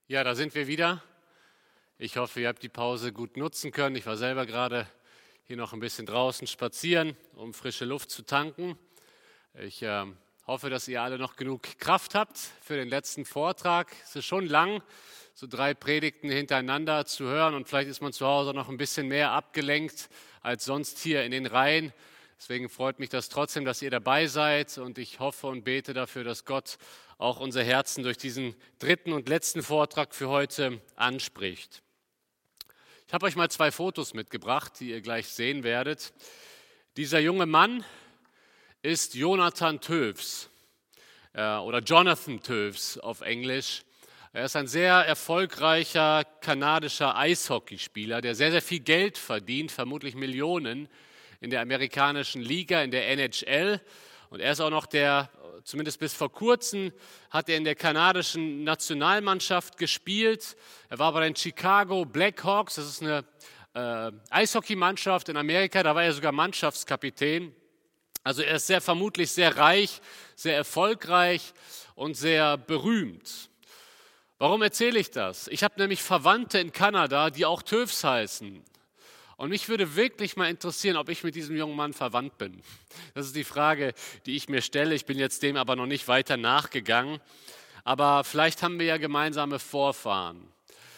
Ja, da sind wir wieder. Ich hoffe, ihr habt die Pause gut nutzen können. Ich war selber gerade hier noch ein bisschen draußen spazieren, um frische Luft zu tanken. Ich hoffe, dass ihr alle noch genug Kraft habt für den letzten Vortrag. Es ist schon lang, so 3 Predigten hintereinander zu hören und vielleicht ist man zu Hause noch ein bisschen mehr abgelenkt als sonst hier in den Reihen. Deswegen freut mich das trotzdem, dass ihr dabei seid und ich hoffe und bete dafür, dass Gott auch unser Herzen durch diesen 3. und letzten Vortrag für heute anspricht. Ich habe euch mal 2 Fotos mitgebracht, die ihr gleich sehen werdet. Dieser junge Mann ist Jonathan Toews oder Jonathan Toews auf Englisch. Er ist ein sehr erfolgreicher kanadischer Eishockeyspieler, der sehr, sehr viel Geld verdient, vermutlich Millionen in der amerikanischen Liga, in der NHL. Und er ist auch noch zumindest bis vor kurzem, hat er in der kanadischen Nationalmannschaft gespielt. Er war bei den Chicago Blackhawks, das ist eine Eishockeymannschaft in Amerika, da war er sogar Mannschaftskapitän. Also er ist vermutlich sehr reich, sehr erfolgreich und sehr berühmt. Warum erzähle ich das? Ich habe nämlich Verwandte in Kanada, die auch Toews heißen. Und mich würde wirklich mal interessieren, ob ich mit diesem jungen Mann verwandt bin. Das ist die Frage, die ich mir stelle. Ich bin jetzt dem aber noch nicht weiter nachgegangen. Aber vielleicht haben wir ja gemeinsame Vorfahren.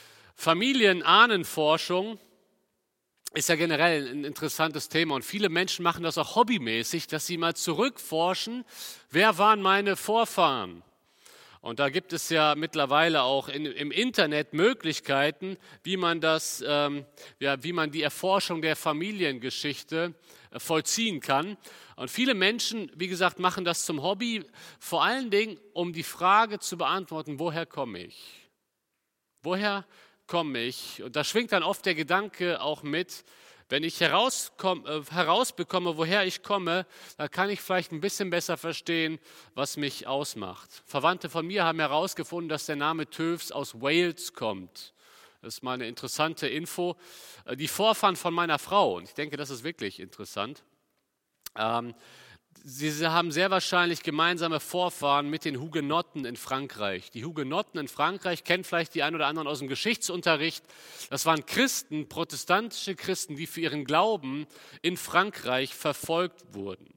Familienahnenforschung ist ja generell ein interessantes Thema. Und viele Menschen machen das auch hobbymäßig, dass sie mal zurückforschen, wer waren meine Vorfahren? Und da gibt es ja mittlerweile auch im Internet Möglichkeiten, wie man die Erforschung der Familiengeschichte vollziehen kann. Und viele Menschen, wie gesagt, machen das zum Hobby, vor allen Dingen, um die Frage zu beantworten, woher komme ich? Woher komme ich? Und da schwingt dann oft der Gedanke auch mit, wenn ich herausbekomme, woher ich komme, dann kann ich vielleicht ein bisschen besser verstehen, was mich ausmacht. Verwandte von mir haben herausgefunden, dass der Name Toews aus Wales kommt. Das ist mal eine interessante Info. Die Vorfahren von meiner Frau, und ich denke, das ist wirklich interessant, sie haben sehr wahrscheinlich gemeinsame Vorfahren mit den Hugenotten in Frankreich. Die Hugenotten in Frankreich kennen vielleicht die einen oder anderen aus dem Geschichtsunterricht. Das waren Christen, protestantische Christen, die für ihren Glauben in Frankreich verfolgt wurden.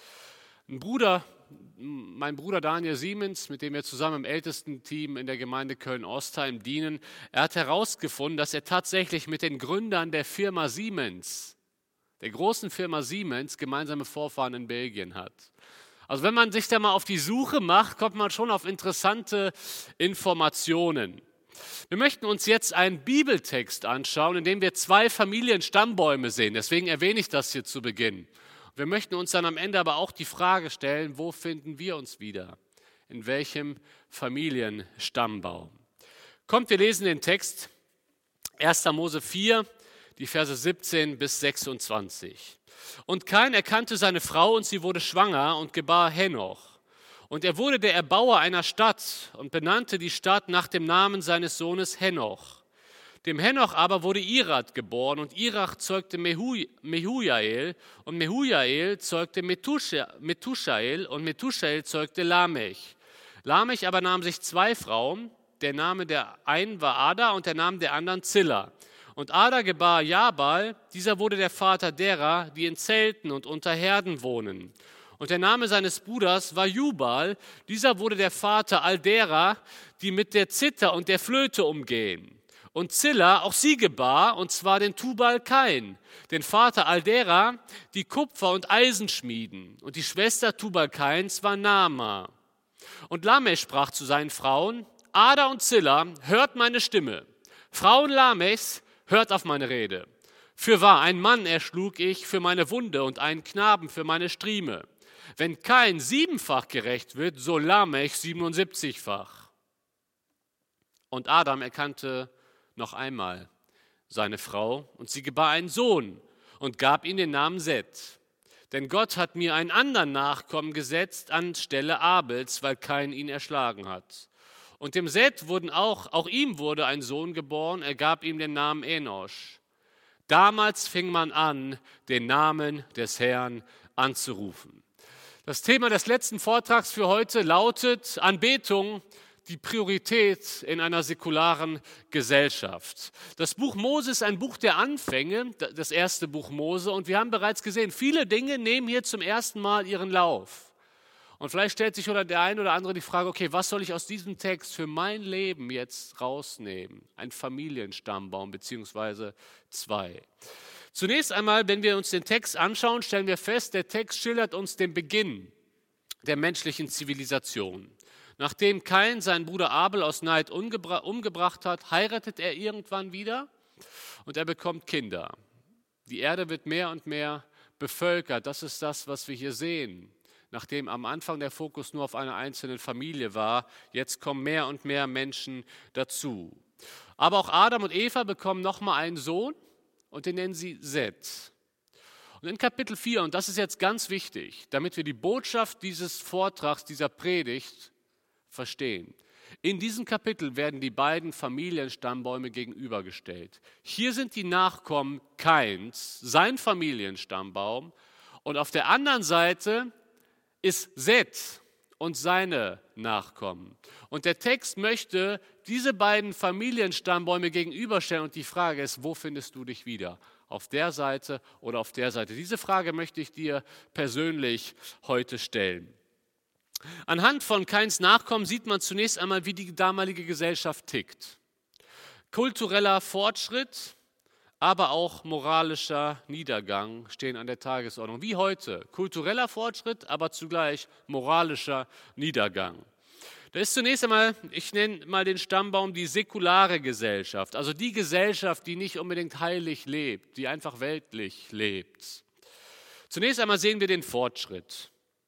Mein Bruder Daniel Siemens, mit dem wir zusammen im Ältestenteam in der Gemeinde Köln-Ostheim dienen, er hat herausgefunden, dass er tatsächlich mit den Gründern der Firma Siemens, der großen Firma Siemens, gemeinsame Vorfahren in Belgien hat. Also wenn man sich da mal auf die Suche macht, kommt man schon auf interessante Informationen. Wir möchten uns jetzt einen Bibeltext anschauen, in dem wir 2 Familienstammbäume sehen. Deswegen erwähne ich das hier zu Beginn. Wir möchten uns dann am Ende aber auch die Frage stellen, wo finden wir uns wieder? In welchem Familienstammbaum? Kommt, wir lesen den Text 1. Mose 4, die Verse 17 bis 26. Und Kain erkannte seine Frau und sie wurde schwanger und gebar Henoch. Und er wurde der Erbauer einer Stadt und benannte die Stadt nach dem Namen seines Sohnes Henoch. Dem Henoch aber wurde Irad geboren und Irach zeugte Mehujael und Mehujael zeugte Methushael und Methushael zeugte Lamech. Lamech aber nahm sich 2 Frauen, der Name der einen war Ada und der Name der anderen Zilla. Und Ada gebar Jabal, dieser wurde der Vater derer, die in Zelten und unter Herden wohnen. Und der Name seines Bruders war Jubal, dieser wurde der Vater all derer, die mit der Zither und der Flöte umgehen. Und Zilla, auch sie gebar, und zwar den Tubal Kain, den Vater all derer, die Kupfer und Eisen schmieden. Und die Schwester Tubal Kains war Naama. Und Lamech sprach zu seinen Frauen: Ada und Zilla, hört meine Stimme. Frauen Lamechs, hört auf meine Rede. Fürwahr, ein Mann erschlug ich für meine Wunde und einen Knaben für meine Strieme. Wenn Kain 7-fach gerecht wird, so Lamech 77-fach. Und Adam erkannte noch einmal seine Frau und sie gebar einen Sohn und gab ihm den Namen Seth. Denn Gott hat mir einen anderen Nachkommen gesetzt anstelle Abels, weil Kain ihn erschlagen hat. Und dem Seth auch ihm wurde ein Sohn geboren, er gab ihm den Namen Enosch. Damals fing man an, den Namen des Herrn anzurufen. Das Thema des letzten Vortrags für heute lautet Anbetung die Priorität in einer säkularen Gesellschaft. Das Buch Mose ist ein Buch der Anfänge, das erste Buch Mose. Und wir haben bereits gesehen, viele Dinge nehmen hier zum ersten Mal ihren Lauf. Und vielleicht stellt sich oder der ein oder andere die Frage, okay, was soll ich aus diesem Text für mein Leben jetzt rausnehmen? Ein Familienstammbaum beziehungsweise zwei. Zunächst einmal, wenn wir uns den Text anschauen, stellen wir fest, der Text schildert uns den Beginn der menschlichen Zivilisation. Nachdem Kain seinen Bruder Abel aus Neid umgebracht hat, heiratet er irgendwann wieder und er bekommt Kinder. Die Erde wird mehr und mehr bevölkert. Das ist das, was wir hier sehen. Nachdem am Anfang der Fokus nur auf einer einzelnen Familie war, jetzt kommen mehr und mehr Menschen dazu. Aber auch Adam und Eva bekommen nochmal einen Sohn und den nennen sie Seth. Und in Kapitel 4, und das ist jetzt ganz wichtig, damit wir die Botschaft dieses Vortrags, dieser Predigt verstehen. In diesem Kapitel werden die beiden Familienstammbäume gegenübergestellt. Hier sind die Nachkommen Kains, sein Familienstammbaum, und auf der anderen Seite ist Seth und seine Nachkommen. Und der Text möchte diese beiden Familienstammbäume gegenüberstellen und die Frage ist, wo findest du dich wieder? Auf der Seite oder auf der Seite? Diese Frage möchte ich dir persönlich heute stellen. Anhand von Kains Nachkommen sieht man zunächst einmal, wie die damalige Gesellschaft tickt. Kultureller Fortschritt, aber auch moralischer Niedergang stehen an der Tagesordnung. Wie heute, kultureller Fortschritt, aber zugleich moralischer Niedergang. Da ist zunächst einmal, ich nenne mal den Stammbaum, die säkulare Gesellschaft, also die Gesellschaft, die nicht unbedingt heilig lebt, die einfach weltlich lebt. Zunächst einmal sehen wir den Fortschritt,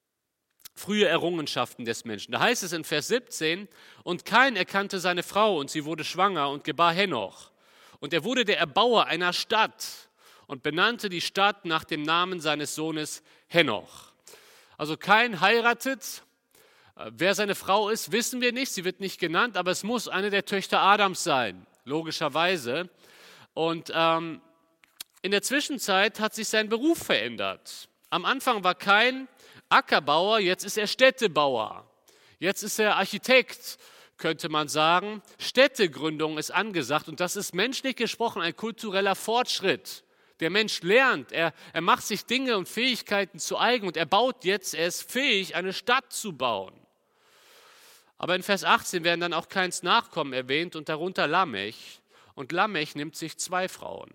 frühe Errungenschaften des Menschen. Da heißt es in Vers 17, und Kain erkannte seine Frau und sie wurde schwanger und gebar Henoch. Und er wurde der Erbauer einer Stadt und benannte die Stadt nach dem Namen seines Sohnes Henoch. Also Kain heiratet. Wer seine Frau ist, wissen wir nicht, sie wird nicht genannt, aber es muss eine der Töchter Adams sein, logischerweise. Und in der Zwischenzeit hat sich sein Beruf verändert. Am Anfang war Kain Ackerbauer, jetzt ist er Städtebauer. Jetzt ist er Architekt, könnte man sagen. Städtegründung ist angesagt und das ist menschlich gesprochen ein kultureller Fortschritt. Der Mensch lernt, er macht sich Dinge und Fähigkeiten zu eigen und er ist fähig, eine Stadt zu bauen. Aber in Vers 18 werden dann auch Kains Nachkommen erwähnt und darunter Lamech. Und Lamech nimmt sich zwei Frauen,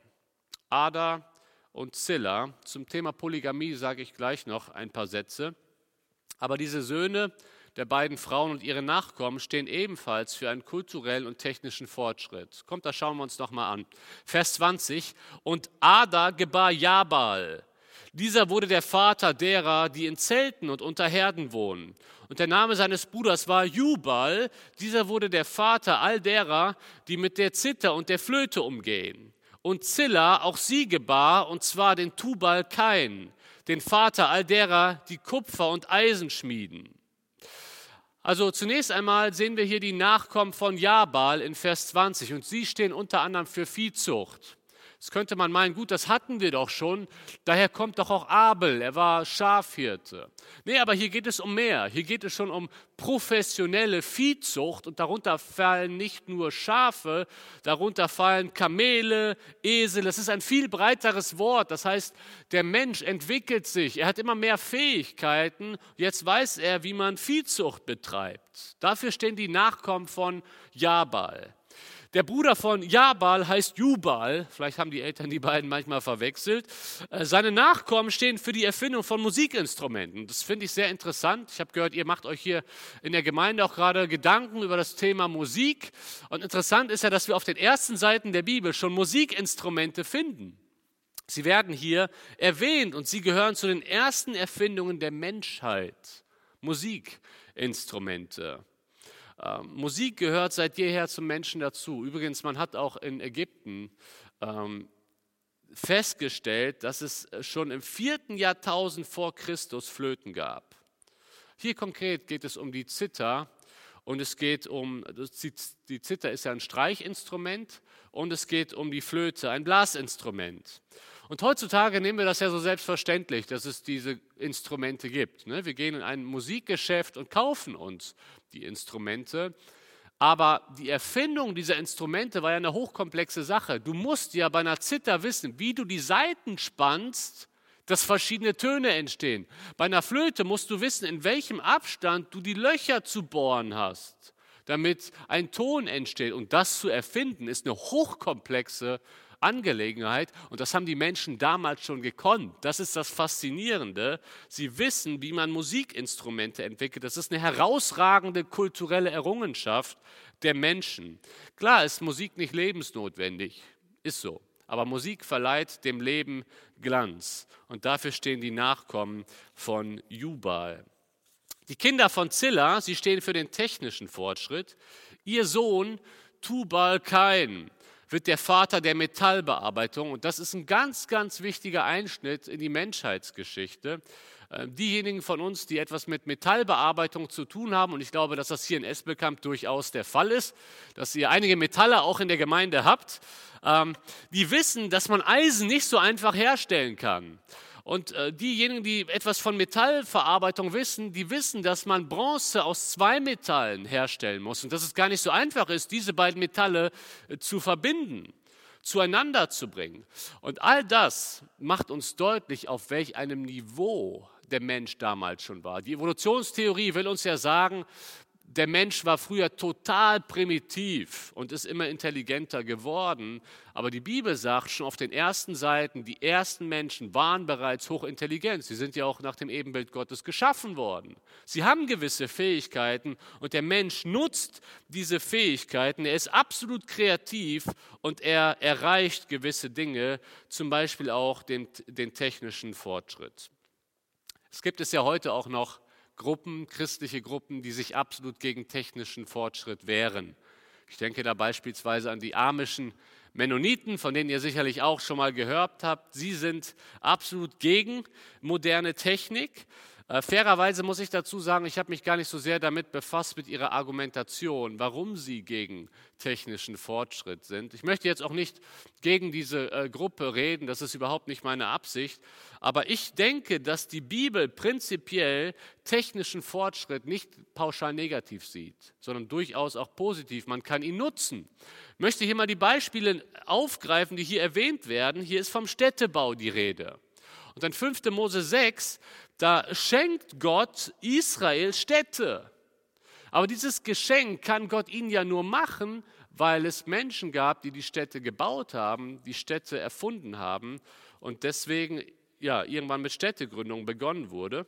Ada und Zilla. Zum Thema Polygamie sage ich gleich noch ein paar Sätze. Aber diese Söhne der beiden Frauen und ihre Nachkommen stehen ebenfalls für einen kulturellen und technischen Fortschritt. Kommt, das schauen wir uns nochmal an. Vers 20. Und Ada gebar Jabal. Dieser wurde der Vater derer, die in Zelten und unter Herden wohnen. Und der Name seines Bruders war Jubal. Dieser wurde der Vater all derer, die mit der Zither und der Flöte umgehen. Und Zilla, auch sie gebar, und zwar den Tubal Kain, den Vater all derer, die Kupfer und Eisen schmieden. Also zunächst einmal sehen wir hier die Nachkommen von Jabal in Vers 20 und sie stehen unter anderem für Viehzucht. Jetzt könnte man meinen, gut, das hatten wir doch schon, daher kommt doch auch Abel, er war Schafhirte. Nee, aber hier geht es um mehr, hier geht es schon um professionelle Viehzucht und darunter fallen nicht nur Schafe, darunter fallen Kamele, Esel, das ist ein viel breiteres Wort, das heißt, der Mensch entwickelt sich, er hat immer mehr Fähigkeiten, jetzt weiß er, wie man Viehzucht betreibt. Dafür stehen die Nachkommen von Jabal. Der Bruder von Jabal heißt Jubal, vielleicht haben die Eltern die beiden manchmal verwechselt. Seine Nachkommen stehen für die Erfindung von Musikinstrumenten. Das finde ich sehr interessant. Ich habe gehört, ihr macht euch hier in der Gemeinde auch gerade Gedanken über das Thema Musik. Und interessant ist ja, dass wir auf den ersten Seiten der Bibel schon Musikinstrumente finden. Sie werden hier erwähnt und sie gehören zu den ersten Erfindungen der Menschheit. Musikinstrumente. Musik gehört seit jeher zum Menschen dazu. Übrigens, man hat auch in Ägypten festgestellt, dass es schon im 4. Jahrtausend vor Christus Flöten gab. Hier konkret geht es um die Zither und es geht um, die Zither ist ja ein Streichinstrument und es geht um die Flöte, ein Blasinstrument. Und heutzutage nehmen wir das ja so selbstverständlich, dass es diese Instrumente gibt. Wir gehen in ein Musikgeschäft und kaufen uns die Instrumente. Aber die Erfindung dieser Instrumente war ja eine hochkomplexe Sache. Du musst ja bei einer Zither wissen, wie du die Saiten spannst, dass verschiedene Töne entstehen. Bei einer Flöte musst du wissen, in welchem Abstand du die Löcher zu bohren hast, damit ein Ton entsteht. Und das zu erfinden, ist eine hochkomplexe Angelegenheit. Und das haben die Menschen damals schon gekonnt. Das ist das Faszinierende. Sie wissen, wie man Musikinstrumente entwickelt. Das ist eine herausragende kulturelle Errungenschaft der Menschen. Klar ist Musik nicht lebensnotwendig, ist so. Aber Musik verleiht dem Leben Glanz. Und dafür stehen die Nachkommen von Jubal. Die Kinder von Zilla, sie stehen für den technischen Fortschritt. Ihr Sohn Tubal-Kain wird der Vater der Metallbearbeitung. Und das ist ein ganz, ganz wichtiger Einschnitt in die Menschheitsgeschichte. Diejenigen von uns, die etwas mit Metallbearbeitung zu tun haben, und ich glaube, dass das hier in Espelkamp durchaus der Fall ist, dass ihr einige Metalle auch in der Gemeinde habt, die wissen, dass man Eisen nicht so einfach herstellen kann. Und diejenigen, die etwas von Metallverarbeitung wissen, die wissen, dass man Bronze aus 2 Metallen herstellen muss und dass es gar nicht so einfach ist, diese beiden Metalle zu verbinden, zueinander zu bringen. Und all das macht uns deutlich, auf welch einem Niveau der Mensch damals schon war. Die Evolutionstheorie will uns ja sagen, der Mensch war früher total primitiv und ist immer intelligenter geworden. Aber die Bibel sagt schon auf den ersten Seiten, die ersten Menschen waren bereits hochintelligent. Sie sind ja auch nach dem Ebenbild Gottes geschaffen worden. Sie haben gewisse Fähigkeiten und der Mensch nutzt diese Fähigkeiten. Er ist absolut kreativ und er erreicht gewisse Dinge, zum Beispiel auch den technischen Fortschritt. Es gibt es ja heute auch noch Gruppen, christliche Gruppen, die sich absolut gegen technischen Fortschritt wehren. Ich denke da beispielsweise an die amischen Mennoniten, von denen ihr sicherlich auch schon mal gehört habt. Sie sind absolut gegen moderne Technik. Fairerweise muss ich dazu sagen, ich habe mich gar nicht so sehr damit befasst, mit ihrer Argumentation, warum sie gegen technischen Fortschritt sind. Ich möchte jetzt auch nicht gegen diese Gruppe reden, das ist überhaupt nicht meine Absicht. Aber ich denke, dass die Bibel prinzipiell technischen Fortschritt nicht pauschal negativ sieht, sondern durchaus auch positiv. Man kann ihn nutzen. Ich möchte hier mal die Beispiele aufgreifen, die hier erwähnt werden. Hier ist vom Städtebau die Rede. Und dann 5. Mose 6, da schenkt Gott Israel Städte. Aber dieses Geschenk kann Gott ihnen ja nur machen, weil es Menschen gab, die die Städte gebaut haben, die Städte erfunden haben und deswegen ja irgendwann mit Städtegründung begonnen wurde.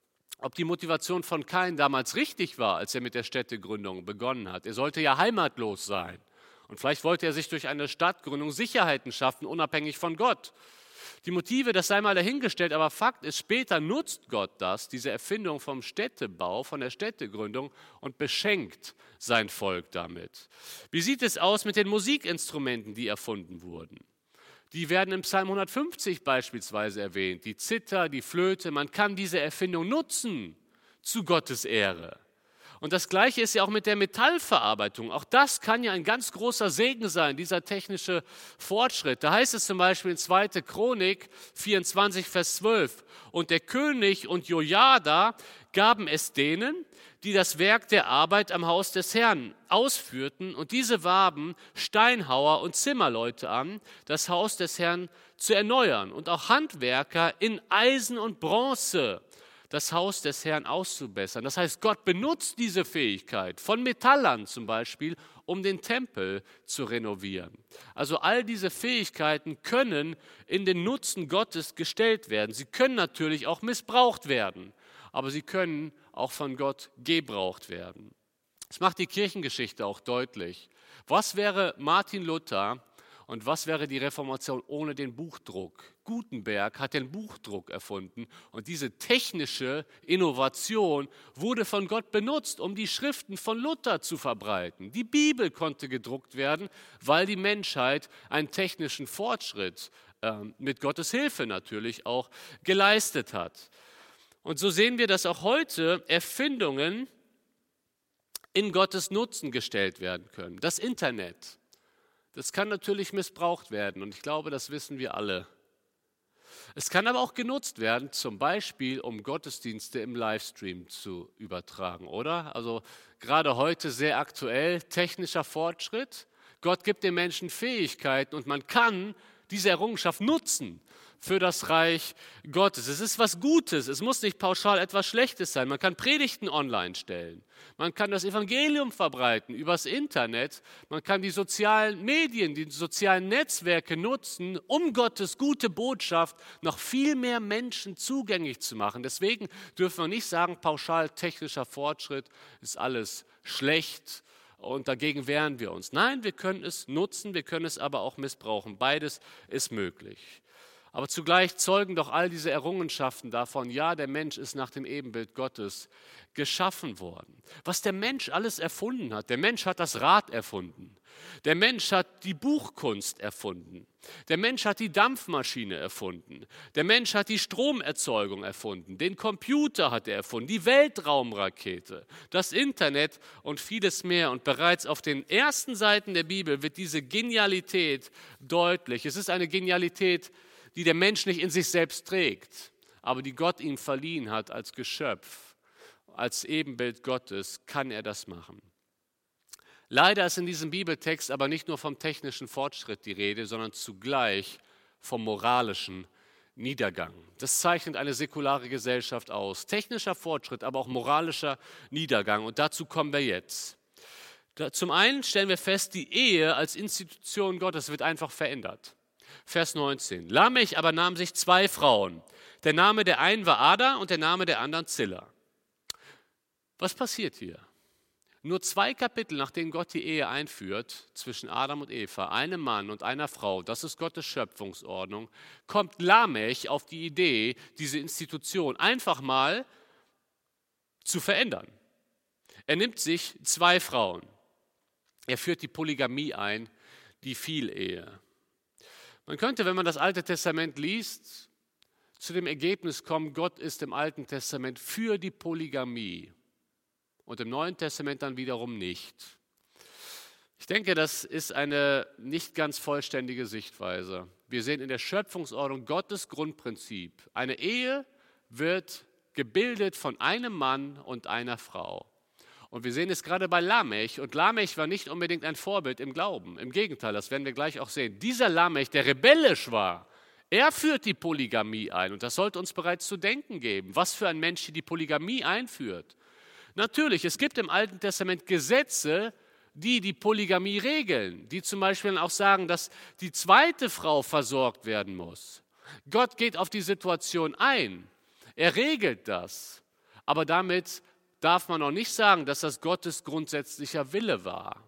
Ob die Motivation von Kain damals richtig war, als er mit der Städtegründung begonnen hat. Er sollte ja heimatlos sein. Und vielleicht wollte er sich durch eine Stadtgründung Sicherheiten schaffen, unabhängig von Gott. Die Motive, das sei mal dahingestellt, aber Fakt ist, später nutzt Gott das, diese Erfindung vom Städtebau, von der Städtegründung und beschenkt sein Volk damit. Wie sieht es aus mit den Musikinstrumenten, die erfunden wurden? Die werden im Psalm 150 beispielsweise erwähnt, die Zither, die Flöte, man kann diese Erfindung nutzen zu Gottes Ehre. Und das Gleiche ist ja auch mit der Metallverarbeitung. Auch das kann ja ein ganz großer Segen sein, dieser technische Fortschritt. Da heißt es zum Beispiel in 2. Chronik 24, Vers 12. Und der König und Jojada gaben es denen, die das Werk der Arbeit am Haus des Herrn ausführten. Und diese warben Steinhauer und Zimmerleute an, das Haus des Herrn zu erneuern. Und auch Handwerker in Eisen und Bronze, das Haus des Herrn auszubessern. Das heißt, Gott benutzt diese Fähigkeit von Metallern zum Beispiel, um den Tempel zu renovieren. Also all diese Fähigkeiten können in den Nutzen Gottes gestellt werden. Sie können natürlich auch missbraucht werden, aber sie können auch von Gott gebraucht werden. Das macht die Kirchengeschichte auch deutlich. Was wäre Martin Luther und was wäre die Reformation ohne den Buchdruck? Gutenberg hat den Buchdruck erfunden und diese technische Innovation wurde von Gott benutzt, um die Schriften von Luther zu verbreiten. Die Bibel konnte gedruckt werden, weil die Menschheit einen technischen Fortschritt mit Gottes Hilfe natürlich auch geleistet hat. Und so sehen wir, dass auch heute Erfindungen in Gottes Nutzen gestellt werden können. Das Internet, das kann natürlich missbraucht werden und ich glaube, das wissen wir alle. Es kann aber auch genutzt werden, zum Beispiel, um Gottesdienste im Livestream zu übertragen, oder? Also gerade heute sehr aktuell, technischer Fortschritt. Gott gibt den Menschen Fähigkeiten und man kann diese Errungenschaft nutzen für das Reich Gottes. Es ist was Gutes, es muss nicht pauschal etwas Schlechtes sein. Man kann Predigten online stellen, man kann das Evangelium verbreiten übers Internet, man kann die sozialen Medien, die sozialen Netzwerke nutzen, um Gottes gute Botschaft noch viel mehr Menschen zugänglich zu machen. Deswegen dürfen wir nicht sagen, pauschal technischer Fortschritt ist alles schlecht und dagegen wehren wir uns. Nein, wir können es nutzen, wir können es aber auch missbrauchen. Beides ist möglich. Aber zugleich zeugen doch all diese Errungenschaften davon, ja, der Mensch ist nach dem Ebenbild Gottes geschaffen worden. Was der Mensch alles erfunden hat, der Mensch hat das Rad erfunden, der Mensch hat die Buchkunst erfunden, der Mensch hat die Dampfmaschine erfunden, der Mensch hat die Stromerzeugung erfunden, den Computer hat er erfunden, die Weltraumrakete, das Internet und vieles mehr. Und bereits auf den ersten Seiten der Bibel wird diese Genialität deutlich. Es ist eine Genialität, die der Mensch nicht in sich selbst trägt, aber die Gott ihm verliehen hat als Geschöpf, als Ebenbild Gottes, kann er das machen. Leider ist in diesem Bibeltext aber nicht nur vom technischen Fortschritt die Rede, sondern zugleich vom moralischen Niedergang. Das zeichnet eine säkulare Gesellschaft aus. Technischer Fortschritt, aber auch moralischer Niedergang. Und dazu kommen wir jetzt. Zum einen stellen wir fest, die Ehe als Institution Gottes wird einfach verändert. Vers 19. Lamech aber nahm sich 2 Frauen. Der Name der einen war Ada und der Name der anderen Zilla. Was passiert hier? Nur 2 Kapitel, nachdem Gott die Ehe einführt, zwischen Adam und Eva, einem Mann und einer Frau, das ist Gottes Schöpfungsordnung, kommt Lamech auf die Idee, diese Institution einfach mal zu verändern. Er nimmt sich 2 Frauen. Er führt die Polygamie ein, die Vielehe. Man könnte, wenn man das Alte Testament liest, zu dem Ergebnis kommen, Gott ist im Alten Testament für die Polygamie und im Neuen Testament dann wiederum nicht. Ich denke, das ist eine nicht ganz vollständige Sichtweise. Wir sehen in der Schöpfungsordnung Gottes Grundprinzip. Eine Ehe wird gebildet von einem Mann und einer Frau. Und wir sehen es gerade bei Lamech. Und Lamech war nicht unbedingt ein Vorbild im Glauben. Im Gegenteil, das werden wir gleich auch sehen. Dieser Lamech, der rebellisch war, er führt die Polygamie ein. Und das sollte uns bereits zu denken geben. Was für ein Mensch die Polygamie einführt. Natürlich, es gibt im Alten Testament Gesetze, die die Polygamie regeln. Die zum Beispiel auch sagen, dass die zweite Frau versorgt werden muss. Gott geht auf die Situation ein. Er regelt das. Aber damit darf man auch nicht sagen, dass das Gottes grundsätzlicher Wille war.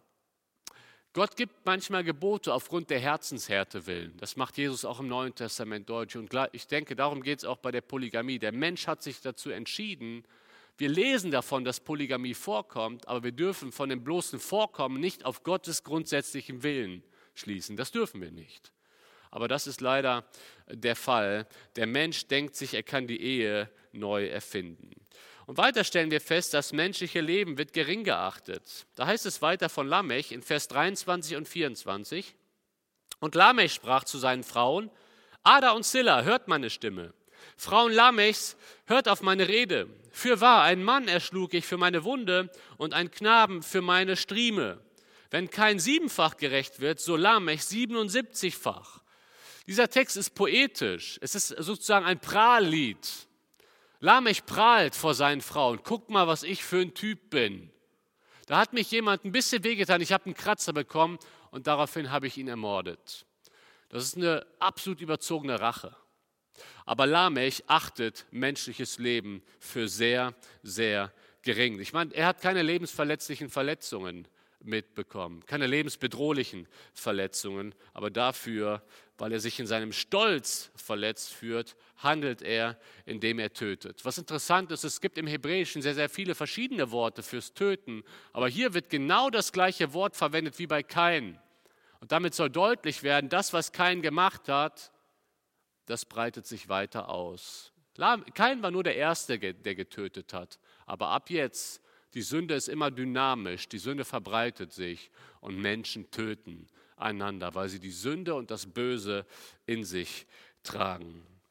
Gott gibt manchmal Gebote aufgrund der Herzenshärte willen. Das macht Jesus auch im Neuen Testament deutlich. Und ich denke, darum geht es auch bei der Polygamie. Der Mensch hat sich dazu entschieden. Wir lesen davon, dass Polygamie vorkommt, aber wir dürfen von dem bloßen Vorkommen nicht auf Gottes grundsätzlichen Willen schließen. Das dürfen wir nicht. Aber das ist leider der Fall. Der Mensch denkt sich, er kann die Ehe neu erfinden. Und weiter stellen wir fest, das menschliche Leben wird gering geachtet. Da heißt es weiter von Lamech in Vers 23 und 24. Und Lamech sprach zu seinen Frauen, Ada und Zilla, hört meine Stimme. Frauen Lamechs, hört auf meine Rede. Fürwahr, einen Mann erschlug ich für meine Wunde und einen Knaben für meine Strieme. Wenn kein 7-fach gerecht wird, so Lamech 77-fach. Dieser Text ist poetisch. Es ist sozusagen ein Prahllied. Lamech prahlt vor seinen Frauen. Guck mal, was ich für ein Typ bin. Da hat mich jemand ein bisschen wehgetan. Ich habe einen Kratzer bekommen und daraufhin habe ich ihn ermordet. Das ist eine absolut überzogene Rache. Aber Lamech achtet menschliches Leben für sehr, sehr gering. Ich meine, er hat keine lebensverletzlichen Verletzungen mitbekommen, keine lebensbedrohlichen Verletzungen, aber dafür, weil er sich in seinem Stolz verletzt fühlt, handelt er, indem er tötet. Was interessant ist, es gibt im Hebräischen sehr, sehr viele verschiedene Worte fürs Töten, aber hier wird genau das gleiche Wort verwendet wie bei Kain. Und damit soll deutlich werden, das, was Kain gemacht hat, das breitet sich weiter aus. Kain war nur der Erste, der getötet hat, aber ab jetzt, die Sünde ist immer dynamisch, die Sünde verbreitet sich und Menschen töten einander, weil sie die Sünde und das Böse in sich tragen.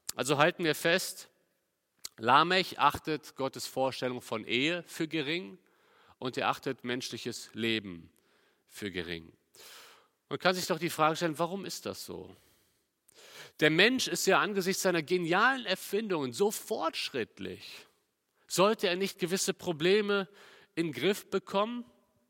Also halten wir fest, Lamech achtet Gottes Vorstellung von Ehe für gering und er achtet menschliches Leben für gering. Man kann sich doch die Frage stellen, warum ist das so? Der Mensch ist ja angesichts seiner genialen Erfindungen so fortschrittlich. Sollte er nicht gewisse Probleme in den Griff bekommen?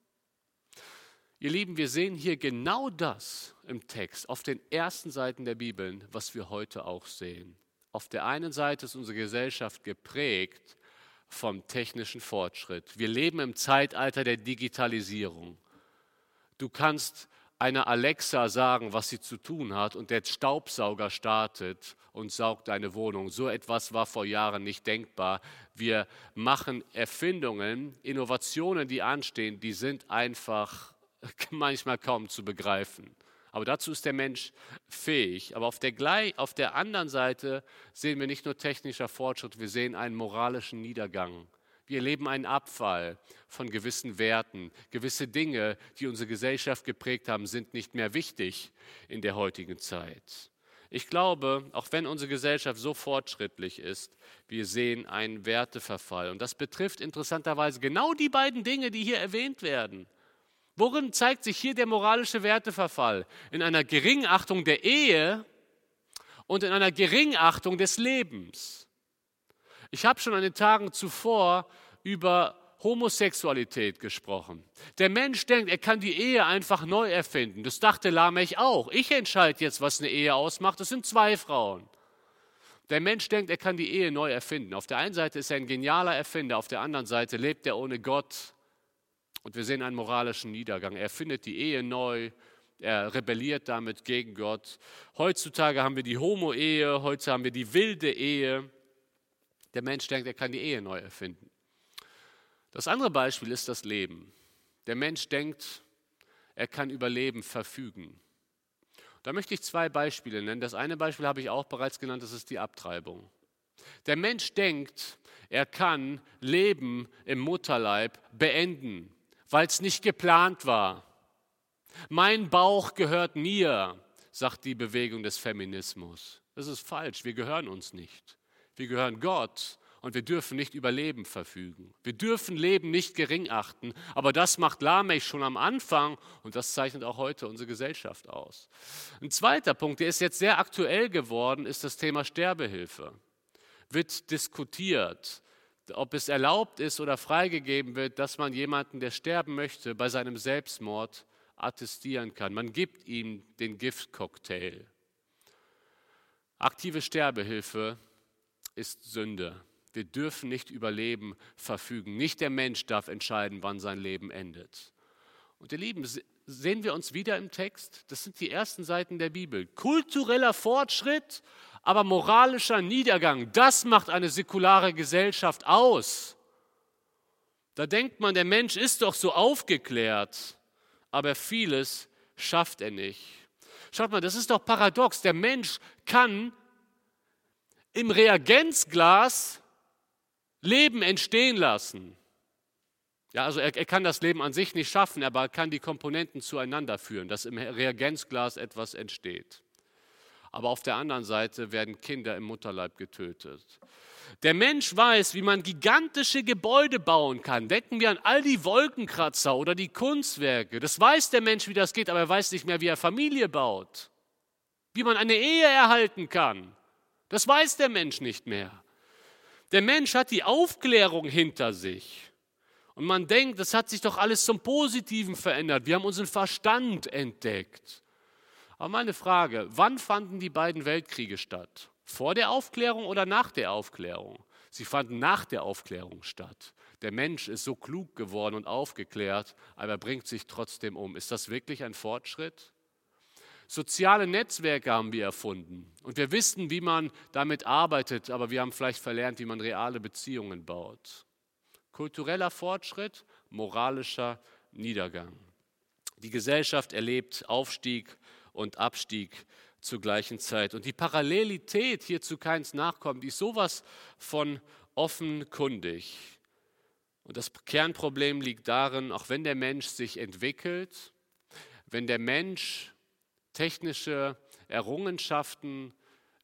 Ihr Lieben, wir sehen hier genau das im Text, auf den ersten Seiten der Bibeln, was wir heute auch sehen. Auf der einen Seite ist unsere Gesellschaft geprägt vom technischen Fortschritt. Wir leben im Zeitalter der Digitalisierung. Du kannst einer Alexa sagen, was sie zu tun hat und der Staubsauger startet und saugt deine Wohnung. So etwas war vor Jahren nicht denkbar. Wir machen Erfindungen, Innovationen, die anstehen, die sind einfach manchmal kaum zu begreifen. Aber dazu ist der Mensch fähig. Aber auf der anderen Seite sehen wir nicht nur technischer Fortschritt, wir sehen einen moralischen Niedergang. Wir erleben einen Abfall von gewissen Werten. Gewisse Dinge, die unsere Gesellschaft geprägt haben, sind nicht mehr wichtig in der heutigen Zeit. Ich glaube, auch wenn unsere Gesellschaft so fortschrittlich ist, wir sehen einen Werteverfall. Und das betrifft interessanterweise genau die beiden Dinge, die hier erwähnt werden. Worin zeigt sich hier der moralische Werteverfall? In einer Geringachtung der Ehe und in einer Geringachtung des Lebens. Ich habe schon an den Tagen zuvor über Homosexualität gesprochen. Der Mensch denkt, er kann die Ehe einfach neu erfinden. Das dachte Lamech auch. Ich entscheide jetzt, was eine Ehe ausmacht. Das sind 2 Frauen. Der Mensch denkt, er kann die Ehe neu erfinden. Auf der einen Seite ist er ein genialer Erfinder, auf der anderen Seite lebt er ohne Gott. Und wir sehen einen moralischen Niedergang. Er findet die Ehe neu, er rebelliert damit gegen Gott. Heutzutage haben wir die Homo-Ehe, heute haben wir die wilde Ehe. Der Mensch denkt, er kann die Ehe neu erfinden. Das andere Beispiel ist das Leben. Der Mensch denkt, er kann über Leben verfügen. Da möchte ich 2 Beispiele nennen. Das eine Beispiel habe ich auch bereits genannt, das ist die Abtreibung. Der Mensch denkt, er kann Leben im Mutterleib beenden, weil es nicht geplant war. Mein Bauch gehört mir, sagt die Bewegung des Feminismus. Das ist falsch, wir gehören uns nicht. Wir gehören Gott und wir dürfen nicht über Leben verfügen. Wir dürfen Leben nicht gering achten, aber das macht Lamech schon am Anfang und das zeichnet auch heute unsere Gesellschaft aus. Ein zweiter Punkt, der ist jetzt sehr aktuell geworden, ist das Thema Sterbehilfe. Wird diskutiert, ob es erlaubt ist oder freigegeben wird, dass man jemanden, der sterben möchte, bei seinem Selbstmord attestieren kann. Man gibt ihm den Giftcocktail. Aktive Sterbehilfe ist Sünde. Wir dürfen nicht über Leben verfügen. Nicht der Mensch darf entscheiden, wann sein Leben endet. Und ihr Lieben, sehen wir uns wieder im Text? Das sind die ersten Seiten der Bibel. Kultureller Fortschritt, aber moralischer Niedergang. Das macht eine säkulare Gesellschaft aus. Da denkt man, der Mensch ist doch so aufgeklärt, aber vieles schafft er nicht. Schaut mal, das ist doch paradox. Der Mensch kann im Reagenzglas Leben entstehen lassen. Ja, also er kann das Leben an sich nicht schaffen, aber er kann die Komponenten zueinander führen, dass im Reagenzglas etwas entsteht. Aber auf der anderen Seite werden Kinder im Mutterleib getötet. Der Mensch weiß, wie man gigantische Gebäude bauen kann. Denken wir an all die Wolkenkratzer oder die Kunstwerke. Das weiß der Mensch, wie das geht, aber er weiß nicht mehr, wie er Familie baut. Wie man eine Ehe erhalten kann. Das weiß der Mensch nicht mehr. Der Mensch hat die Aufklärung hinter sich. Und man denkt, das hat sich doch alles zum Positiven verändert. Wir haben unseren Verstand entdeckt. Aber meine Frage, wann fanden die beiden Weltkriege statt? Vor der Aufklärung oder nach der Aufklärung? Sie fanden nach der Aufklärung statt. Der Mensch ist so klug geworden und aufgeklärt, aber er bringt sich trotzdem um. Ist das wirklich ein Fortschritt? Soziale Netzwerke haben wir erfunden und wir wissen, wie man damit arbeitet, aber wir haben vielleicht verlernt, wie man reale Beziehungen baut. Kultureller Fortschritt, moralischer Niedergang. Die Gesellschaft erlebt Aufstieg und Abstieg zur gleichen Zeit. Und die Parallelität hier zu Kains Nachkommen, die ist sowas von offenkundig. Und das Kernproblem liegt darin, auch wenn der Mensch sich entwickelt, wenn der Mensch technische Errungenschaften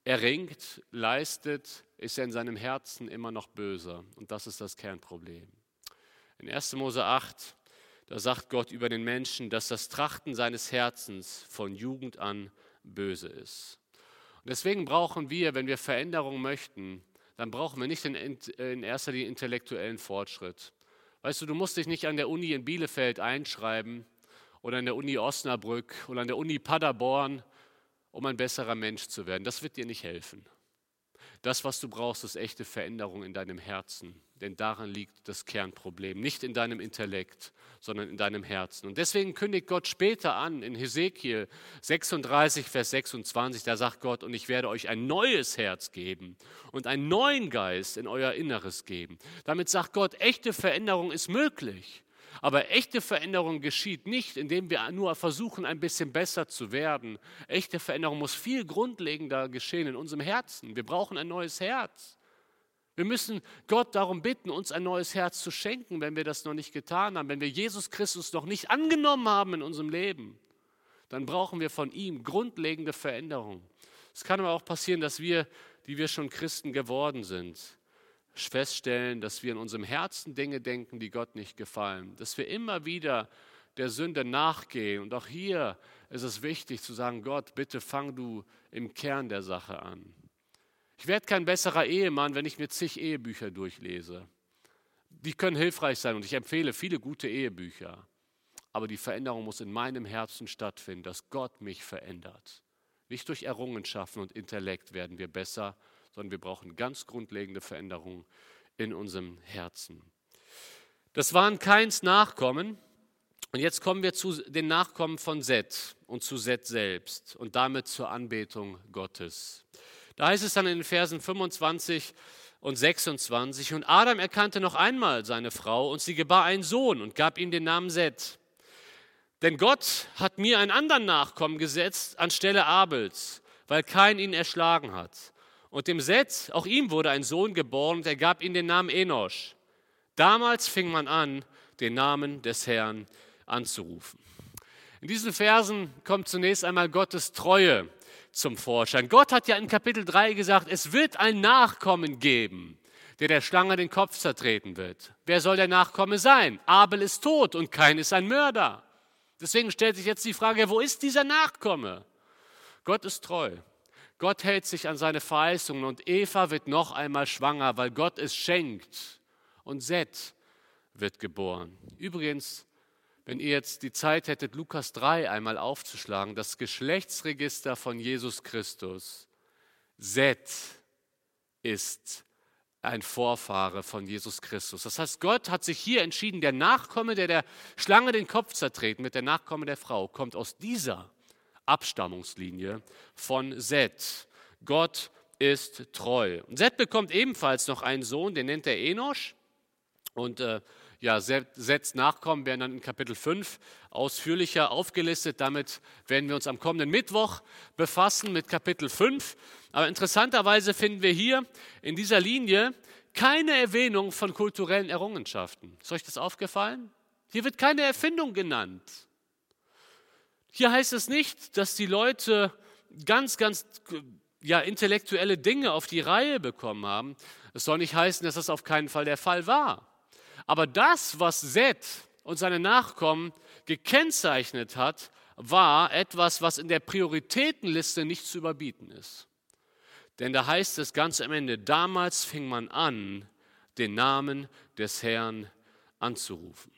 erringt, leistet, ist er in seinem Herzen immer noch böse. Und das ist das Kernproblem. In 1. Mose 8, da sagt Gott über den Menschen, dass das Trachten seines Herzens von Jugend an böse ist. Und deswegen brauchen wir, wenn wir Veränderung möchten, dann brauchen wir nicht in erster Linie intellektuellen Fortschritt. Weißt du, du musst dich nicht an der Uni in Bielefeld einschreiben oder an der Uni Osnabrück oder an der Uni Paderborn, um ein besserer Mensch zu werden. Das wird dir nicht helfen. Das, was du brauchst, ist echte Veränderung in deinem Herzen. Denn daran liegt das Kernproblem. Nicht in deinem Intellekt, sondern in deinem Herzen. Und deswegen kündigt Gott später an, in Hesekiel 36, Vers 26, da sagt Gott, und ich werde euch ein neues Herz geben und einen neuen Geist in euer Inneres geben. Damit sagt Gott, echte Veränderung ist möglich. Aber echte Veränderung geschieht nicht, indem wir nur versuchen, ein bisschen besser zu werden. Echte Veränderung muss viel grundlegender geschehen in unserem Herzen. Wir brauchen ein neues Herz. Wir müssen Gott darum bitten, uns ein neues Herz zu schenken, wenn wir das noch nicht getan haben. Wenn wir Jesus Christus noch nicht angenommen haben in unserem Leben, dann brauchen wir von ihm grundlegende Veränderung. Es kann aber auch passieren, dass wir, die wir schon Christen geworden sind, feststellen, dass wir in unserem Herzen Dinge denken, die Gott nicht gefallen. Dass wir immer wieder der Sünde nachgehen. Und auch hier ist es wichtig zu sagen, Gott, bitte fang du im Kern der Sache an. Ich werde kein besserer Ehemann, wenn ich mir zig Ehebücher durchlese. Die können hilfreich sein und ich empfehle viele gute Ehebücher. Aber die Veränderung muss in meinem Herzen stattfinden, dass Gott mich verändert. Nicht durch Errungenschaften und Intellekt werden wir besser, sondern wir brauchen ganz grundlegende Veränderungen in unserem Herzen. Das waren Kains Nachkommen. Und jetzt kommen wir zu den Nachkommen von Seth und zu Seth selbst und damit zur Anbetung Gottes. Da heißt es dann in den Versen 25 und 26, und Adam erkannte noch einmal seine Frau und sie gebar einen Sohn und gab ihm den Namen Seth. Denn Gott hat mir einen anderen Nachkommen gesetzt anstelle Abels, weil Kain ihn erschlagen hat. Und dem Seth, auch ihm wurde ein Sohn geboren und er gab ihm den Namen Enosch. Damals fing man an, den Namen des Herrn anzurufen. In diesen Versen kommt zunächst einmal Gottes Treue zum Vorschein. Gott hat ja in Kapitel 3 gesagt, es wird ein Nachkommen geben, der Schlange den Kopf zertreten wird. Wer soll der Nachkomme sein? Abel ist tot und Kain ist ein Mörder. Deswegen stellt sich jetzt die Frage, wo ist dieser Nachkomme? Gott ist treu. Gott hält sich an seine Verheißungen und Eva wird noch einmal schwanger, weil Gott es schenkt. Und Seth wird geboren. Übrigens, wenn ihr jetzt die Zeit hättet, Lukas 3 einmal aufzuschlagen, das Geschlechtsregister von Jesus Christus. Seth ist ein Vorfahre von Jesus Christus. Das heißt, Gott hat sich hier entschieden, der Nachkomme, der Schlange den Kopf zertreten wird, der Nachkomme der Frau, kommt aus dieser Abstammungslinie von Seth. Gott ist treu. Und Seth bekommt ebenfalls noch einen Sohn, den nennt er Enosch. Und Seths Nachkommen werden dann in Kapitel 5 ausführlicher aufgelistet. Damit werden wir uns am kommenden Mittwoch befassen mit Kapitel 5. Aber interessanterweise finden wir hier in dieser Linie keine Erwähnung von kulturellen Errungenschaften. Ist euch das aufgefallen? Hier wird keine Erfindung genannt. Hier heißt es nicht, dass die Leute ganz intellektuelle Dinge auf die Reihe bekommen haben. Es soll nicht heißen, dass das auf keinen Fall der Fall war. Aber das, was Seth und seine Nachkommen gekennzeichnet hat, war etwas, was in der Prioritätenliste nicht zu überbieten ist. Denn da heißt es ganz am Ende, damals fing man an, den Namen des Herrn anzurufen.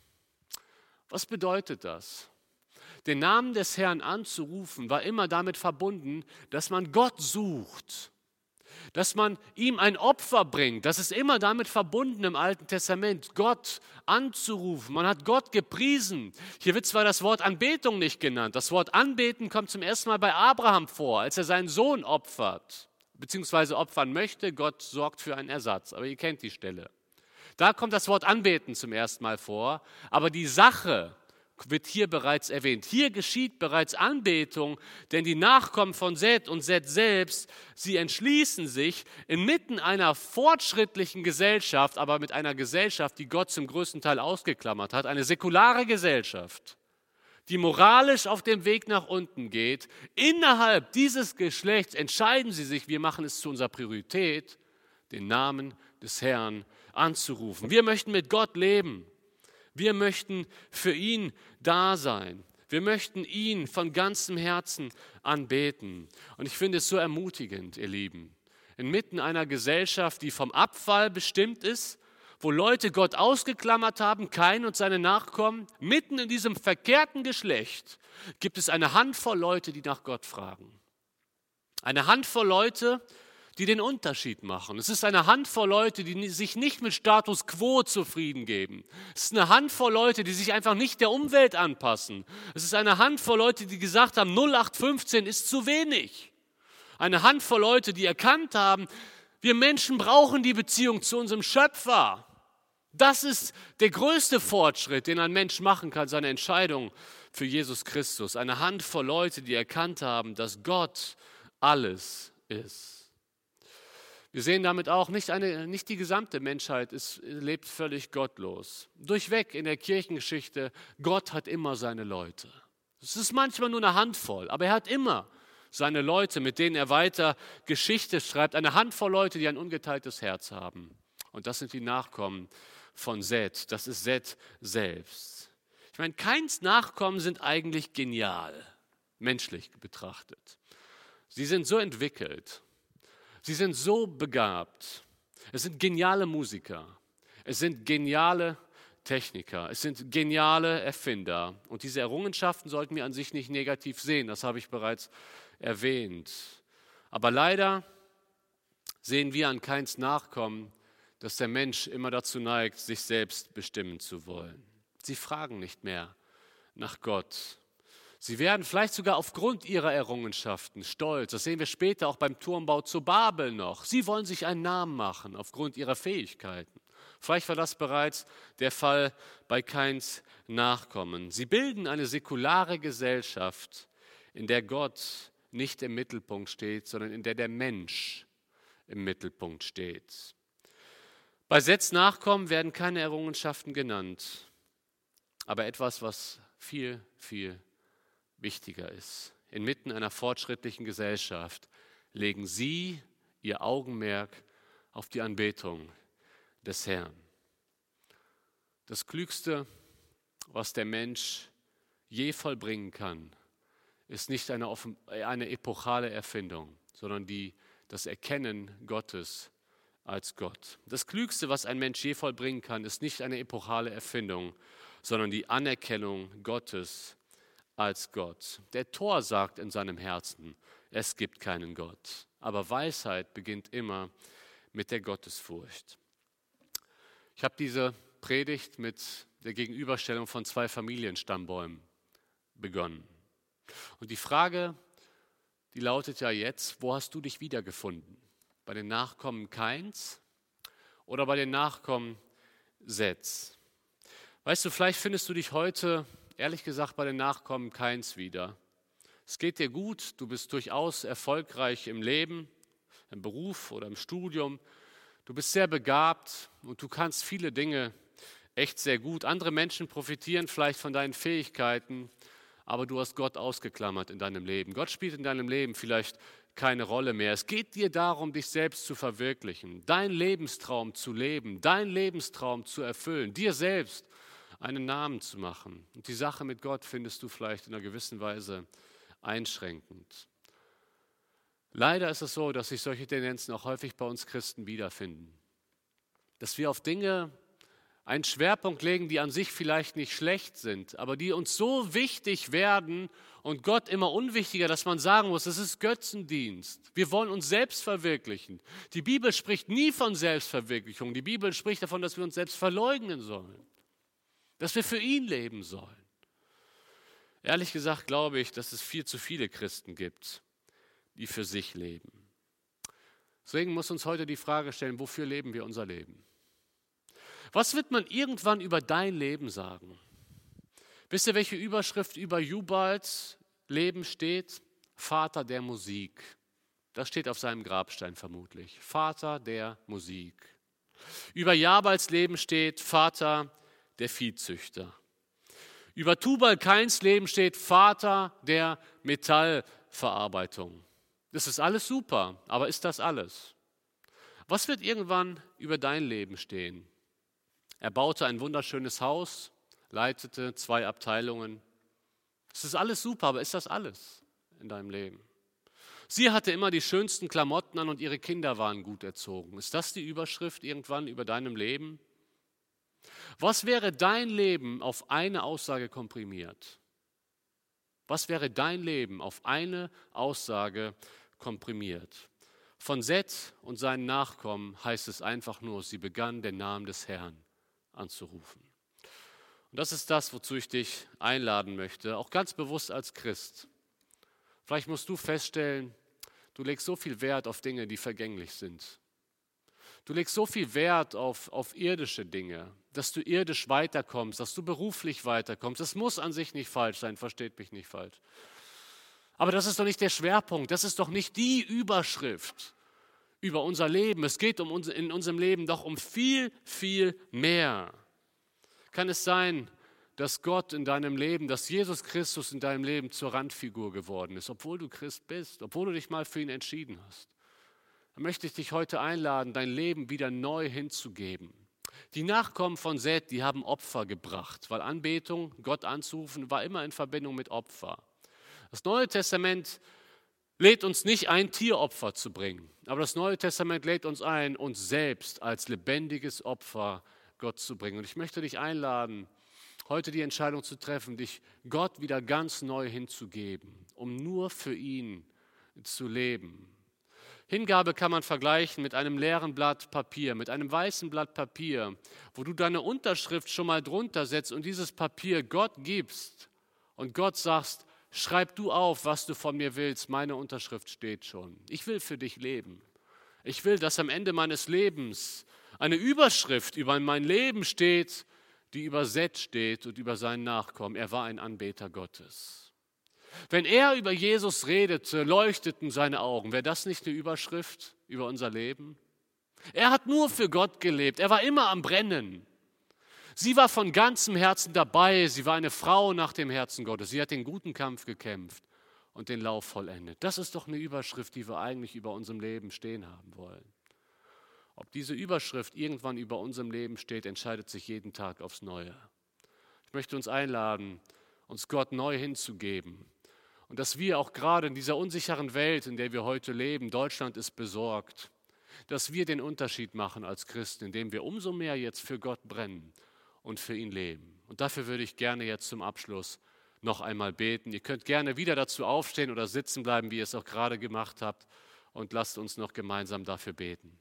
Was bedeutet das? Den Namen des Herrn anzurufen war immer damit verbunden, dass man Gott sucht, dass man ihm ein Opfer bringt. Das ist immer damit verbunden im Alten Testament, Gott anzurufen. Man hat Gott gepriesen. Hier wird zwar das Wort Anbetung nicht genannt. Das Wort Anbeten kommt zum ersten Mal bei Abraham vor, als er seinen Sohn opfert, beziehungsweise opfern möchte. Gott sorgt für einen Ersatz, aber ihr kennt die Stelle. Da kommt das Wort Anbeten zum ersten Mal vor, aber die Sache wird hier bereits erwähnt. Hier geschieht bereits Anbetung, denn die Nachkommen von Seth und Seth selbst, sie entschließen sich inmitten einer fortschrittlichen Gesellschaft, aber mit einer Gesellschaft, die Gott zum größten Teil ausgeklammert hat, eine säkulare Gesellschaft, die moralisch auf dem Weg nach unten geht. Innerhalb dieses Geschlechts entscheiden sie sich, wir machen es zu unserer Priorität, den Namen des Herrn anzurufen. Wir möchten mit Gott leben. Wir möchten für ihn da sein. Wir möchten ihn von ganzem Herzen anbeten. Und ich finde es so ermutigend, ihr Lieben, inmitten einer Gesellschaft, die vom Abfall bestimmt ist, wo Leute Gott ausgeklammert haben, Kain und seine Nachkommen, mitten in diesem verkehrten Geschlecht gibt es eine Handvoll Leute, die nach Gott fragen. Eine Handvoll Leute, die den Unterschied machen. Es ist eine Handvoll Leute, die sich nicht mit Status quo zufrieden geben. Es ist eine Handvoll Leute, die sich einfach nicht der Umwelt anpassen. Es ist eine Handvoll Leute, die gesagt haben, 0815 ist zu wenig. Eine Handvoll Leute, die erkannt haben, wir Menschen brauchen die Beziehung zu unserem Schöpfer. Das ist der größte Fortschritt, den ein Mensch machen kann, seine Entscheidung für Jesus Christus. Eine Handvoll Leute, die erkannt haben, dass Gott alles ist. Wir sehen damit auch, nicht die gesamte Menschheit lebt völlig gottlos. Durchweg in der Kirchengeschichte, Gott hat immer seine Leute. Es ist manchmal nur eine Handvoll, aber er hat immer seine Leute, mit denen er weiter Geschichte schreibt. Eine Handvoll Leute, die ein ungeteiltes Herz haben. Und das sind die Nachkommen von Seth. Das ist Seth selbst. Ich meine, Kains Nachkommen sind eigentlich genial, menschlich betrachtet. Sie sind so entwickelt. Sie sind so begabt. Es sind geniale Musiker. Es sind geniale Techniker. Es sind geniale Erfinder. Und diese Errungenschaften sollten wir an sich nicht negativ sehen. Das habe ich bereits erwähnt. Aber leider sehen wir an Kains Nachkommen, dass der Mensch immer dazu neigt, sich selbst bestimmen zu wollen. Sie fragen nicht mehr nach Gott. Sie werden vielleicht sogar aufgrund ihrer Errungenschaften stolz. Das sehen wir später auch beim Turmbau zu Babel noch. Sie wollen sich einen Namen machen aufgrund ihrer Fähigkeiten. Vielleicht war das bereits der Fall bei Kains Nachkommen. Sie bilden eine säkulare Gesellschaft, in der Gott nicht im Mittelpunkt steht, sondern in der der Mensch im Mittelpunkt steht. Bei Seths Nachkommen werden keine Errungenschaften genannt, aber etwas, was viel, viel wichtiger ist. Inmitten einer fortschrittlichen Gesellschaft legen sie ihr Augenmerk auf die Anbetung des Herrn. Das Klügste, was der Mensch je vollbringen kann, ist nicht eine epochale Erfindung, sondern das Erkennen Gottes als Gott. Das Klügste, was ein Mensch je vollbringen kann, ist nicht eine epochale Erfindung, sondern die Anerkennung Gottes als Gott. Der Tor sagt in seinem Herzen, es gibt keinen Gott. Aber Weisheit beginnt immer mit der Gottesfurcht. Ich habe diese Predigt mit der Gegenüberstellung von 2 Familienstammbäumen begonnen. Und die Frage, die lautet ja jetzt, wo hast du dich wiedergefunden? Bei den Nachkommen Kains oder bei den Nachkommen Seths? Weißt du, vielleicht findest du dich heute, ehrlich gesagt, bei den Nachkommen Kains wieder. Es geht dir gut, du bist durchaus erfolgreich im Leben, im Beruf oder im Studium. Du bist sehr begabt und du kannst viele Dinge echt sehr gut. Andere Menschen profitieren vielleicht von deinen Fähigkeiten, aber du hast Gott ausgeklammert in deinem Leben. Gott spielt in deinem Leben vielleicht keine Rolle mehr. Es geht dir darum, dich selbst zu verwirklichen, deinen Lebenstraum zu leben, deinen Lebenstraum zu erfüllen, dir selbst einen Namen zu machen. Und die Sache mit Gott findest du vielleicht in einer gewissen Weise einschränkend. Leider ist es so, dass sich solche Tendenzen auch häufig bei uns Christen wiederfinden. Dass wir auf Dinge einen Schwerpunkt legen, die an sich vielleicht nicht schlecht sind, aber die uns so wichtig werden und Gott immer unwichtiger, dass man sagen muss, es ist Götzendienst. Wir wollen uns selbst verwirklichen. Die Bibel spricht nie von Selbstverwirklichung. Die Bibel spricht davon, dass wir uns selbst verleugnen sollen, dass wir für ihn leben sollen. Ehrlich gesagt glaube ich, dass es viel zu viele Christen gibt, die für sich leben. Deswegen muss uns heute die Frage stellen, wofür leben wir unser Leben? Was wird man irgendwann über dein Leben sagen? Wisst ihr, welche Überschrift über Jubals Leben steht? Vater der Musik. Das steht auf seinem Grabstein vermutlich. Vater der Musik. Über Jabals Leben steht Vater der Viehzüchter. Über Tubal Kains Leben steht Vater der Metallverarbeitung. Das ist alles super, aber ist das alles? Was wird irgendwann über dein Leben stehen? Er baute ein wunderschönes Haus, leitete 2 Abteilungen. Es ist alles super, aber ist das alles in deinem Leben? Sie hatte immer die schönsten Klamotten an und ihre Kinder waren gut erzogen. Ist das die Überschrift irgendwann über deinem Leben? Was wäre dein Leben auf eine Aussage komprimiert? Was wäre dein Leben auf eine Aussage komprimiert? Von Seth und seinen Nachkommen heißt es einfach nur, sie begannen den Namen des Herrn anzurufen. Und das ist das, wozu ich dich einladen möchte, auch ganz bewusst als Christ. Vielleicht musst du feststellen, du legst so viel Wert auf Dinge, die vergänglich sind. Du legst so viel Wert auf irdische Dinge, dass du irdisch weiterkommst, dass du beruflich weiterkommst. Das muss an sich nicht falsch sein, versteht mich nicht falsch. Aber das ist doch nicht der Schwerpunkt, das ist doch nicht die Überschrift über unser Leben. Es geht in unserem Leben doch um viel, viel mehr. Kann es sein, dass Gott in deinem Leben, dass Jesus Christus in deinem Leben zur Randfigur geworden ist, obwohl du Christ bist, obwohl du dich mal für ihn entschieden hast? Dann möchte ich dich heute einladen, dein Leben wieder neu hinzugeben. Die Nachkommen von Seth, die haben Opfer gebracht, weil Anbetung, Gott anzurufen, war immer in Verbindung mit Opfer. Das Neue Testament lädt uns nicht ein, Tieropfer zu bringen, aber das Neue Testament lädt uns ein, uns selbst als lebendiges Opfer Gott zu bringen. Und ich möchte dich einladen, heute die Entscheidung zu treffen, dich Gott wieder ganz neu hinzugeben, um nur für ihn zu leben. Hingabe kann man vergleichen mit einem leeren Blatt Papier, mit einem weißen Blatt Papier, wo du deine Unterschrift schon mal drunter setzt und dieses Papier Gott gibst und Gott sagst, schreib du auf, was du von mir willst, meine Unterschrift steht schon. Ich will für dich leben. Ich will, dass am Ende meines Lebens eine Überschrift über mein Leben steht, die über Seth steht und über seinen Nachkommen. Er war ein Anbeter Gottes. Wenn er über Jesus redete, leuchteten seine Augen. Wäre das nicht eine Überschrift über unser Leben? Er hat nur für Gott gelebt. Er war immer am Brennen. Sie war von ganzem Herzen dabei. Sie war eine Frau nach dem Herzen Gottes. Sie hat den guten Kampf gekämpft und den Lauf vollendet. Das ist doch eine Überschrift, die wir eigentlich über unserem Leben stehen haben wollen. Ob diese Überschrift irgendwann über unserem Leben steht, entscheidet sich jeden Tag aufs Neue. Ich möchte uns einladen, uns Gott neu hinzugeben. Und dass wir auch gerade in dieser unsicheren Welt, in der wir heute leben, Deutschland ist besorgt, dass wir den Unterschied machen als Christen, indem wir umso mehr jetzt für Gott brennen und für ihn leben. Und dafür würde ich gerne jetzt zum Abschluss noch einmal beten. Ihr könnt gerne wieder dazu aufstehen oder sitzen bleiben, wie ihr es auch gerade gemacht habt, und lasst uns noch gemeinsam dafür beten.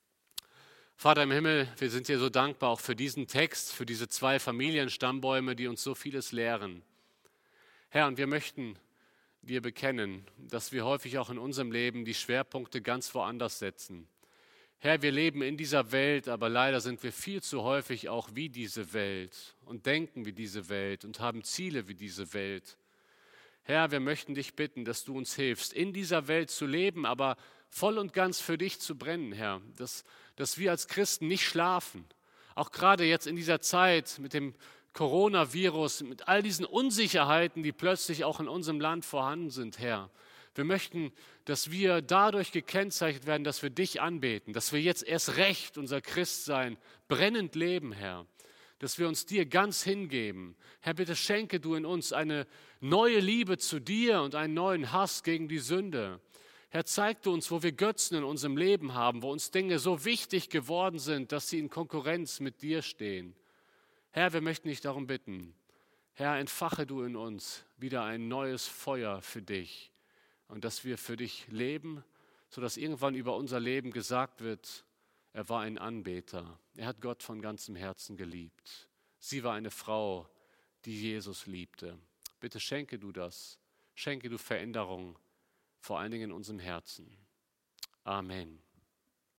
Vater im Himmel, wir sind dir so dankbar auch für diesen Text, für diese 2 Familienstammbäume, die uns so vieles lehren. Herr, und wir möchten dir bekennen, dass wir häufig auch in unserem Leben die Schwerpunkte ganz woanders setzen. Herr, wir leben in dieser Welt, aber leider sind wir viel zu häufig auch wie diese Welt und denken wie diese Welt und haben Ziele wie diese Welt. Herr, wir möchten dich bitten, dass du uns hilfst, in dieser Welt zu leben, aber voll und ganz für dich zu brennen, Herr. Dass wir als Christen nicht schlafen, auch gerade jetzt in dieser Zeit mit dem Coronavirus, mit all diesen Unsicherheiten, die plötzlich auch in unserem Land vorhanden sind, Herr. Wir möchten, dass wir dadurch gekennzeichnet werden, dass wir dich anbeten, dass wir jetzt erst recht unser Christsein brennend leben, Herr. Dass wir uns dir ganz hingeben. Herr, bitte schenke du in uns eine neue Liebe zu dir und einen neuen Hass gegen die Sünde. Herr, zeig du uns, wo wir Götzen in unserem Leben haben, wo uns Dinge so wichtig geworden sind, dass sie in Konkurrenz mit dir stehen. Herr, wir möchten dich darum bitten, Herr, entfache du in uns wieder ein neues Feuer für dich und dass wir für dich leben, sodass irgendwann über unser Leben gesagt wird, er war ein Anbeter, er hat Gott von ganzem Herzen geliebt. Sie war eine Frau, die Jesus liebte. Bitte schenke du das, schenke du Veränderung, vor allen Dingen in unserem Herzen. Amen.